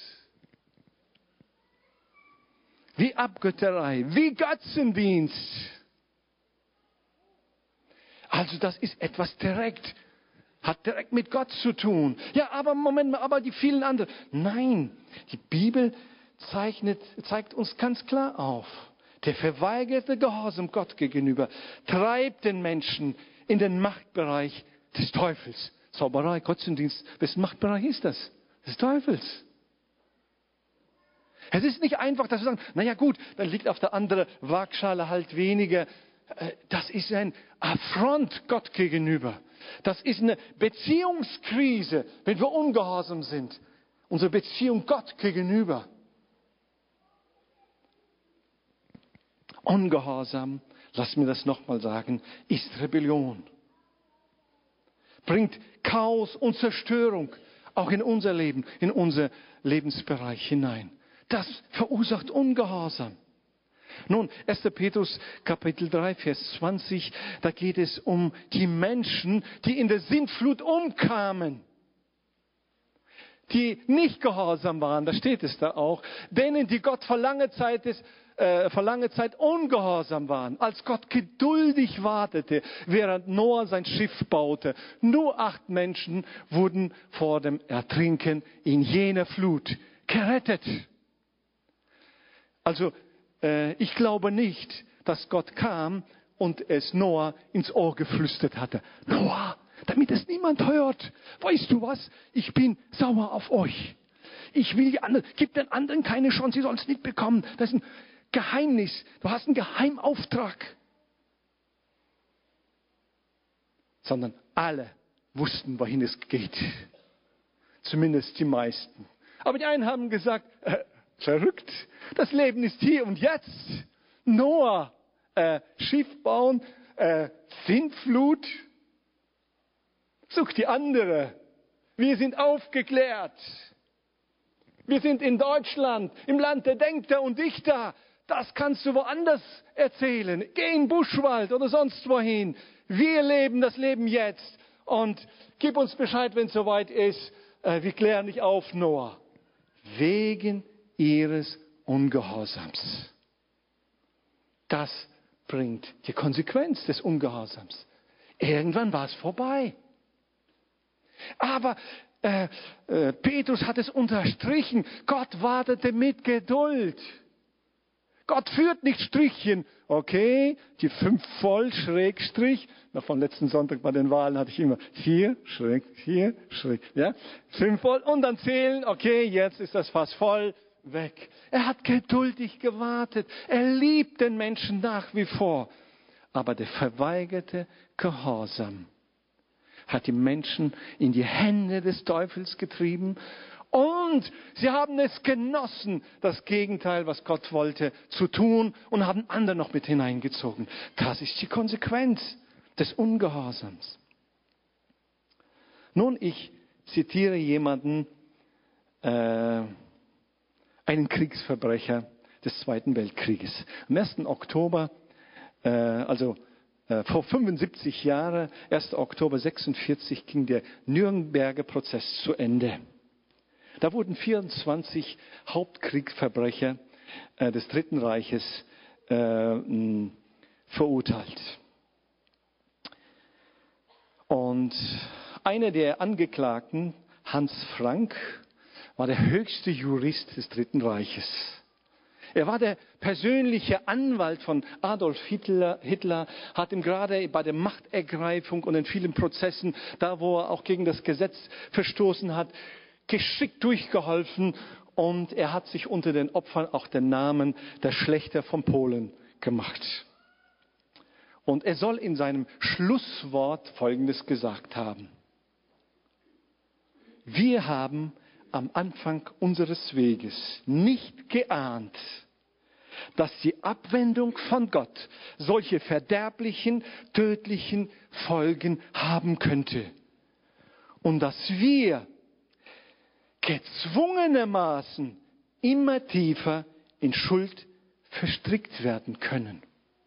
B: Wie Abgötterei, wie Götzendienst. Also das ist etwas direkt, hat direkt mit Gott zu tun. Ja, aber Moment mal, aber die vielen anderen. Nein, die Bibel zeichnet, zeigt uns ganz klar auf. Der verweigerte Gehorsam Gott gegenüber treibt den Menschen in den Machtbereich des Teufels. Zauberei, Götzendienst, wessen Machtbereich ist das? Des Teufels. Es ist nicht einfach, dass wir sagen, naja gut, dann liegt auf der anderen Waagschale halt weniger. Das ist ein Affront Gott gegenüber. Das ist eine Beziehungskrise, wenn wir ungehorsam sind. Unsere Beziehung Gott gegenüber. Ungehorsam, lass mir das nochmal sagen, ist Rebellion. Bringt Chaos und Zerstörung auch in unser Leben, in unser Lebensbereich hinein. Das verursacht Ungehorsam. Nun, erster Petrus Kapitel drei, Vers zwanzig, da geht es um die Menschen, die in der Sintflut umkamen. Die nicht gehorsam waren, da steht es da auch. Denen, die Gott vor langer Zeit, ist, äh, vor langer Zeit ungehorsam waren. Als Gott geduldig wartete, während Noah sein Schiff baute. Nur acht Menschen wurden vor dem Ertrinken in jener Flut gerettet. Also, äh, ich glaube nicht, dass Gott kam und es Noah ins Ohr geflüstert hatte. Noah, damit es niemand hört. Weißt du was? Ich bin sauer auf euch. Ich will die anderen, gib den anderen keine Chance, sie sollen es nicht bekommen. Das ist ein Geheimnis. Du hast einen Geheimauftrag. Sondern alle wussten, wohin es geht. Zumindest die meisten. Aber die einen haben gesagt, äh, verrückt. Das Leben ist hier und jetzt. Noah, äh, Schiff bauen, äh, Sintflut. Such die andere. Wir sind aufgeklärt. Wir sind in Deutschland, im Land der Denker und Dichter. Das kannst du woanders erzählen. Geh in den Buschwald oder sonst wohin. Wir leben das Leben jetzt. Und gib uns Bescheid, wenn es soweit ist. Äh, wir klären dich auf, Noah. Wegen ihres Ungehorsams. Das bringt die Konsequenz des Ungehorsams. Irgendwann war es vorbei. Aber äh, äh, Petrus hat es unterstrichen. Gott wartete mit Geduld. Gott führt nicht Strichchen. Okay, die fünf voll, Schrägstrich. Noch vom letzten Sonntag bei den Wahlen hatte ich immer vier, schräg, vier, schräg. Ja? Fünf voll und dann zählen. Okay, jetzt ist das Fass voll. Weg. Er hat geduldig gewartet. Er liebt den Menschen nach wie vor. Aber der verweigerte Gehorsam hat die Menschen in die Hände des Teufels getrieben Und sie haben es genossen, das Gegenteil, was Gott wollte, zu tun und haben andere noch mit hineingezogen. Das ist die Konsequenz des Ungehorsams. Nun, ich zitiere jemanden, äh, einen Kriegsverbrecher des Zweiten Weltkrieges. Am ersten Oktober, äh, also äh, vor fünfundsiebzig Jahren, ersten Oktober sechsundvierzig, ging der Nürnberger Prozess zu Ende. Da wurden vierundzwanzig Hauptkriegsverbrecher äh, des Dritten Reiches äh, mh, verurteilt. Und einer der Angeklagten, Hans Frank, war der höchste Jurist des Dritten Reiches. Er war der persönliche Anwalt von Adolf Hitler, Hitler, hat ihm gerade bei der Machtergreifung und in vielen Prozessen, da wo er auch gegen das Gesetz verstoßen hat, geschickt durchgeholfen, und er hat sich unter den Opfern auch den Namen der Schlächter von Polen gemacht. Und er soll in seinem Schlusswort Folgendes gesagt haben: Wir haben am Anfang unseres Weges nicht geahnt, dass die Abwendung von Gott solche verderblichen, tödlichen Folgen haben könnte. Und dass wir gezwungenermaßen immer tiefer in Schuld verstrickt werden können.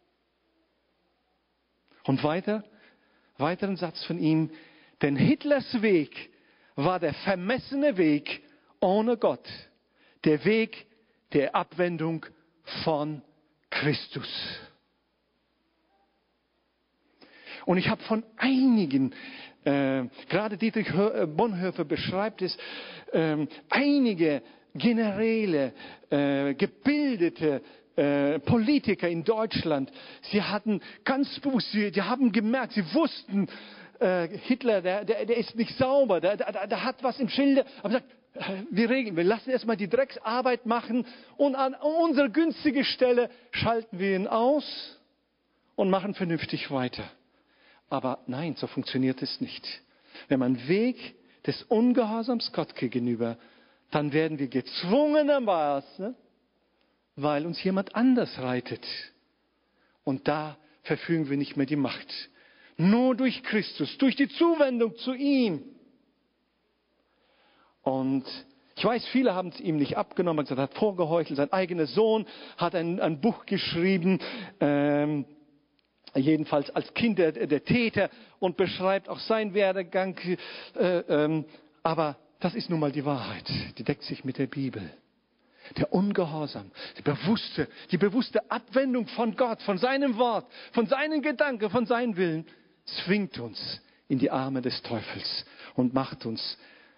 B: Und weiter, weiteren Satz von ihm: Denn Hitlers Weg war der vermessene Weg ohne Gott, der Weg der Abwendung von Christus. Und ich habe von einigen, äh, gerade Dietrich Bonhoeffer beschreibt es, äh, einige Generäle, äh, gebildete äh, Politiker in Deutschland, sie hatten ganz bewusst, sie, die haben gemerkt, sie wussten, Hitler, der, der, der ist nicht sauber, der, der, der hat was im Schilde. Aber sagt, wir regeln, wir lassen erstmal die Drecksarbeit machen und an unsere günstige Stelle schalten wir ihn aus und machen vernünftig weiter. Aber nein, so funktioniert es nicht. Wenn man Weg des Ungehorsams Gott gegenüber, dann werden wir gezwungenermaßen, weil uns jemand anders reitet. Und da verfügen wir nicht mehr die Macht. Nur durch Christus, durch die Zuwendung zu ihm. Und ich weiß, viele haben es ihm nicht abgenommen, er hat vorgeheuchelt. Sein eigener Sohn hat ein, ein Buch geschrieben, ähm, jedenfalls als Kind der, der Täter, und beschreibt auch seinen Werdegang. Äh, ähm, aber das ist nun mal die Wahrheit, die deckt sich mit der Bibel. Der Ungehorsam, die bewusste, die bewusste Abwendung von Gott, von seinem Wort, von seinen Gedanken, von seinem Willen, zwingt uns in die Arme des Teufels und macht uns,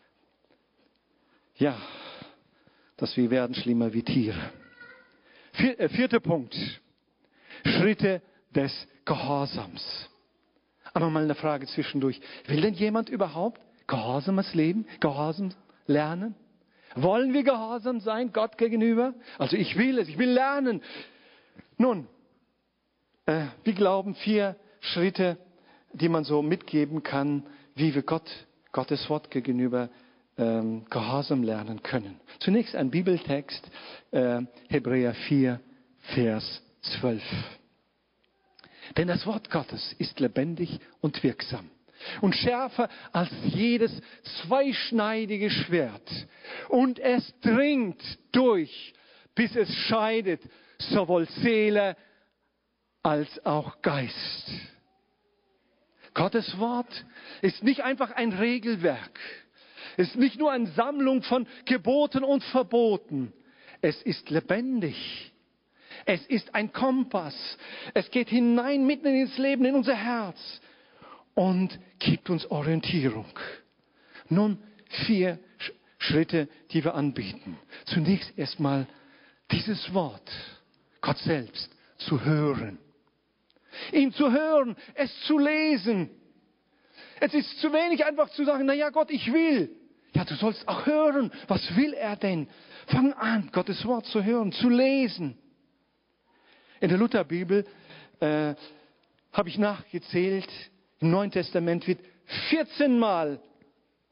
B: ja, dass wir werden schlimmer wie Tiere. Vier, äh, vierter Punkt. Schritte des Gehorsams. Aber mal eine Frage zwischendurch. Will denn jemand überhaupt gehorsames Leben, Gehorsam lernen? Wollen wir gehorsam sein, Gott gegenüber? Also ich will es, ich will lernen. Nun, äh, wir glauben vier Schritte, die man so mitgeben kann, wie wir Gott, Gottes Wort gegenüber ähm, gehorsam lernen können. Zunächst ein Bibeltext, äh, Hebräer vier, Vers zwölf. Denn das Wort Gottes ist lebendig und wirksam und schärfer als jedes zweischneidige Schwert. Und es dringt durch, bis es scheidet, sowohl Seele als auch Geist. Gottes Wort ist nicht einfach ein Regelwerk. Es ist nicht nur eine Sammlung von Geboten und Verboten. Es ist lebendig. Es ist ein Kompass. Es geht hinein mitten ins Leben, in unser Herz und gibt uns Orientierung. Nun vier Schritte, die wir anbieten. Zunächst erstmal dieses Wort, Gott selbst, zu hören. Ihn zu hören, es zu lesen. Es ist zu wenig einfach zu sagen, na ja Gott, ich will. Ja, du sollst auch hören. Was will er denn? Fang an, Gottes Wort zu hören, zu lesen. In der Lutherbibel äh, habe ich nachgezählt, im Neuen Testament wird vierzehn Mal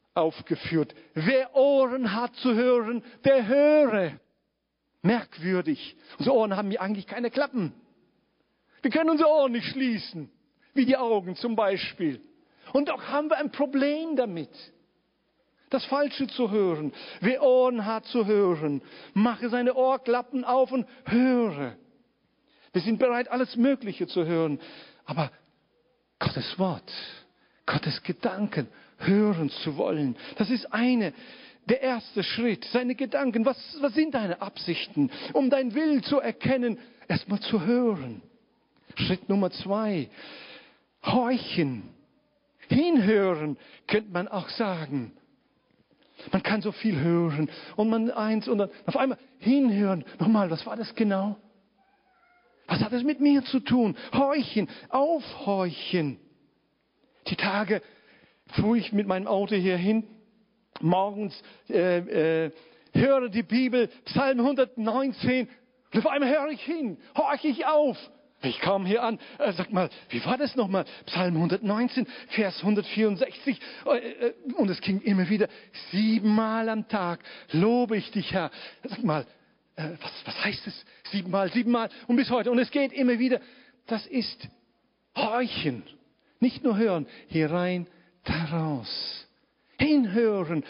B: aufgeführt. Wer Ohren hat zu hören, der höre. Merkwürdig. Unsere Ohren haben ja eigentlich keine Klappen. Wir können unsere Ohren nicht schließen, wie die Augen zum Beispiel. Und doch haben wir ein Problem damit, das Falsche zu hören. Wer Ohren hat zu hören, mache seine Ohrklappen auf und höre. Wir sind bereit, alles Mögliche zu hören. Aber Gottes Wort, Gottes Gedanken hören zu wollen, das ist eine, der erste Schritt. Seine Gedanken, was, was sind deine Absichten? Um deinen Willen zu erkennen, erstmal zu hören. Schritt Nummer zwei, horchen. Hinhören, könnte man auch sagen. Man kann so viel hören und man eins und dann auf einmal hinhören. Nochmal, was war das genau? Was hat es mit mir zu tun? Horchen, aufhorchen. Die Tage fuhr ich mit meinem Auto hier hin, morgens äh, äh, höre die Bibel, Psalm hundertneunzehn, und auf einmal höre ich hin, horche ich auf. Ich kam hier an, äh, sag mal, wie war das nochmal? Psalm hundertneunzehn, Vers hundertvierundsechzig. Äh, äh, und es ging immer wieder, siebenmal am Tag lobe ich dich, Herr. Sag mal, äh, was, was heißt es? Siebenmal, siebenmal und bis heute. Und es geht immer wieder. Das ist horchen. Nicht nur hören, hier rein, da raus. Hinhören.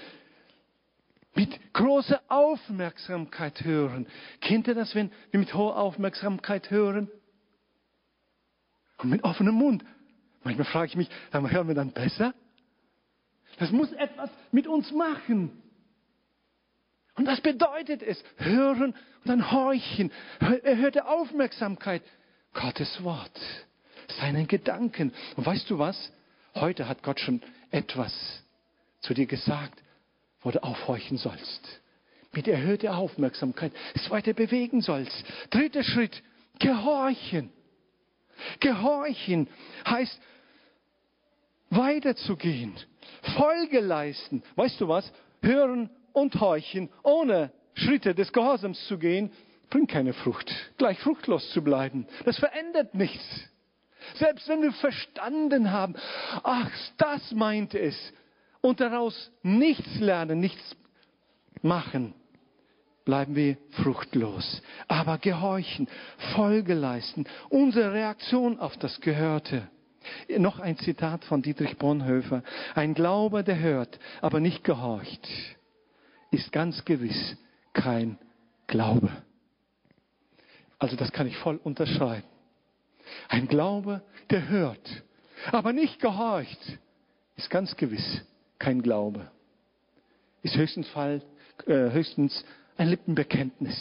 B: Mit großer Aufmerksamkeit hören. Kennt ihr das, wenn wir mit hoher Aufmerksamkeit hören? Und mit offenem Mund. Manchmal frage ich mich, hören wir dann besser? Das muss etwas mit uns machen. Und das bedeutet es, hören und dann horchen. Erhöhte Aufmerksamkeit. Gottes Wort, seinen Gedanken. Und weißt du was? Heute hat Gott schon etwas zu dir gesagt, wo du aufhorchen sollst. Mit erhöhter Aufmerksamkeit es weiter bewegen sollst. Dritter Schritt, gehorchen. Gehorchen heißt weiterzugehen, Folge leisten. Weißt du was? Hören und horchen, ohne Schritte des Gehorsams zu gehen, bringt keine Frucht. Gleich fruchtlos zu bleiben. Das verändert nichts. Selbst wenn wir verstanden haben, ach, das meint es, und daraus nichts lernen, nichts machen, bleiben wir fruchtlos. Aber gehorchen, Folge leisten, unsere Reaktion auf das Gehörte. Noch ein Zitat von Dietrich Bonhoeffer. Ein Glaube, der hört, aber nicht gehorcht, ist ganz gewiss kein Glaube. Also das kann ich voll unterschreiben. Ein Glaube, der hört, aber nicht gehorcht, ist ganz gewiss kein Glaube. Ist höchstens, Fall, äh, höchstens ein Lippenbekenntnis.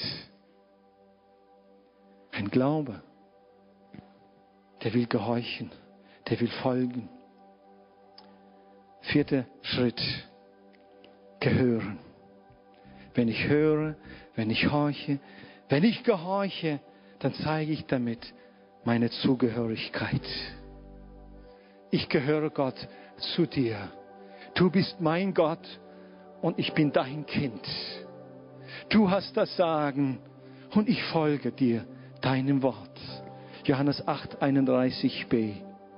B: Ein Glaube, der will gehorchen, der will folgen. Vierter Schritt, gehören. Wenn ich höre, wenn ich horche, wenn ich gehorche, dann zeige ich damit meine Zugehörigkeit. Ich gehöre Gott zu dir. Du bist mein Gott und ich bin dein Kind. Du hast das Sagen und ich folge dir, deinem Wort. Johannes acht, einunddreißig b.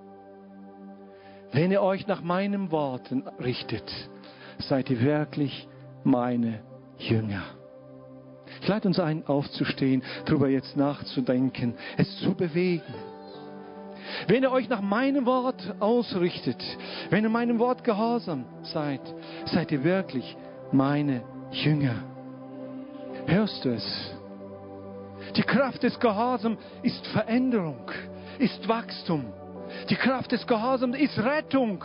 B: Wenn ihr euch nach meinen Worten richtet, seid ihr wirklich meine Jünger. Ich lade uns ein, aufzustehen, darüber jetzt nachzudenken, es zu bewegen. Wenn ihr euch nach meinem Wort ausrichtet, wenn ihr meinem Wort gehorsam seid, seid ihr wirklich meine Jünger. Hörst du es? Die Kraft des Gehorsams ist Veränderung, ist Wachstum. Die Kraft des Gehorsams ist Rettung.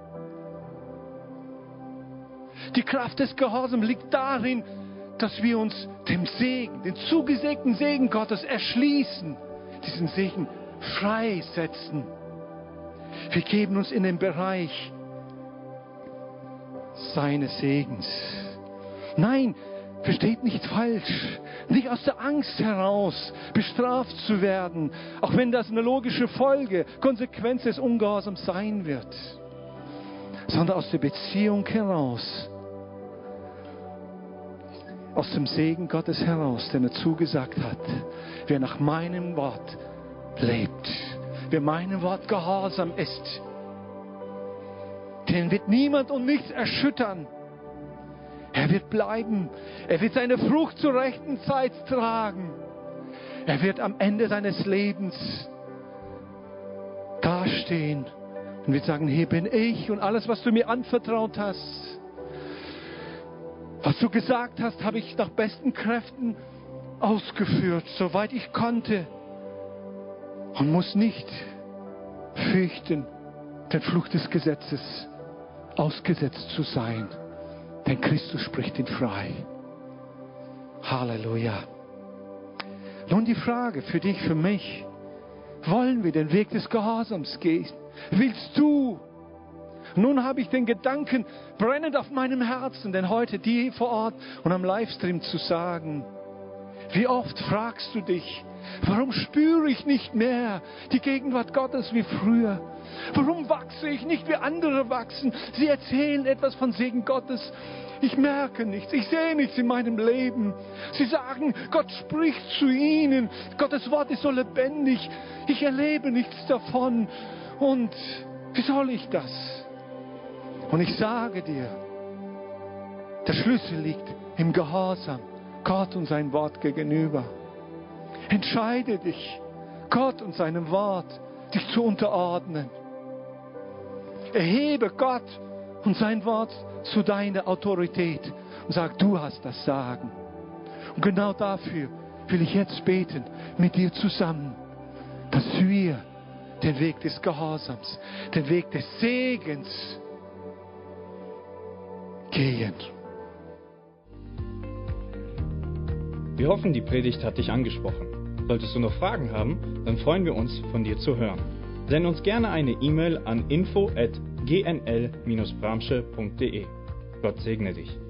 B: Die Kraft des Gehorsams liegt darin, dass wir uns dem Segen, den zugesegneten Segen Gottes erschließen, diesen Segen freisetzen. Wir geben uns in den Bereich seines Segens. Nein, versteht nicht falsch. Nicht aus der Angst heraus bestraft zu werden, auch wenn das eine logische Folge, Konsequenz des Ungehorsams sein wird, sondern aus der Beziehung heraus, aus dem Segen Gottes heraus, den er zugesagt hat. Wer nach meinem Wort lebt, wer meinem Wort gehorsam ist, Den wird niemand und nichts erschüttern. Er wird bleiben. Er wird seine Frucht zur rechten Zeit tragen. Er wird am Ende seines Lebens dastehen und wird sagen, hier bin ich und alles, was du mir anvertraut hast, was du gesagt hast, habe ich nach besten Kräften ausgeführt, soweit ich konnte, und muss nicht fürchten, den Fluch des Gesetzes ausgesetzt zu sein, denn Christus spricht ihn frei. Halleluja. Nun die Frage für dich, für mich: Wollen wir den Weg des Gehorsams gehen? Willst du? Nun habe ich den Gedanken brennend auf meinem Herzen, denn heute die vor Ort und am Livestream zu sagen: Wie oft fragst du dich, warum spüre ich nicht mehr die Gegenwart Gottes wie früher? Warum wachse ich nicht wie andere wachsen? Sie erzählen etwas von Segen Gottes. Ich merke nichts, ich sehe nichts in meinem Leben. Sie sagen, Gott spricht zu ihnen, Gottes Wort ist so lebendig. Ich erlebe nichts davon. Und wie soll ich das? Und ich sage dir, der Schlüssel liegt im Gehorsam Gott und sein Wort gegenüber. Entscheide dich, Gott und seinem Wort dich zu unterordnen. Erhebe Gott und sein Wort zu deiner Autorität und sag, du hast das Sagen. Und genau dafür will ich jetzt beten mit dir zusammen, dass wir den Weg des Gehorsams, den Weg des Segens gehen.
A: Wir hoffen, die Predigt hat dich angesprochen. Solltest du noch Fragen haben, dann freuen wir uns, von dir zu hören. Send uns gerne eine E-Mail an info at g n l dash bramsche punkt d e. Gott segne dich.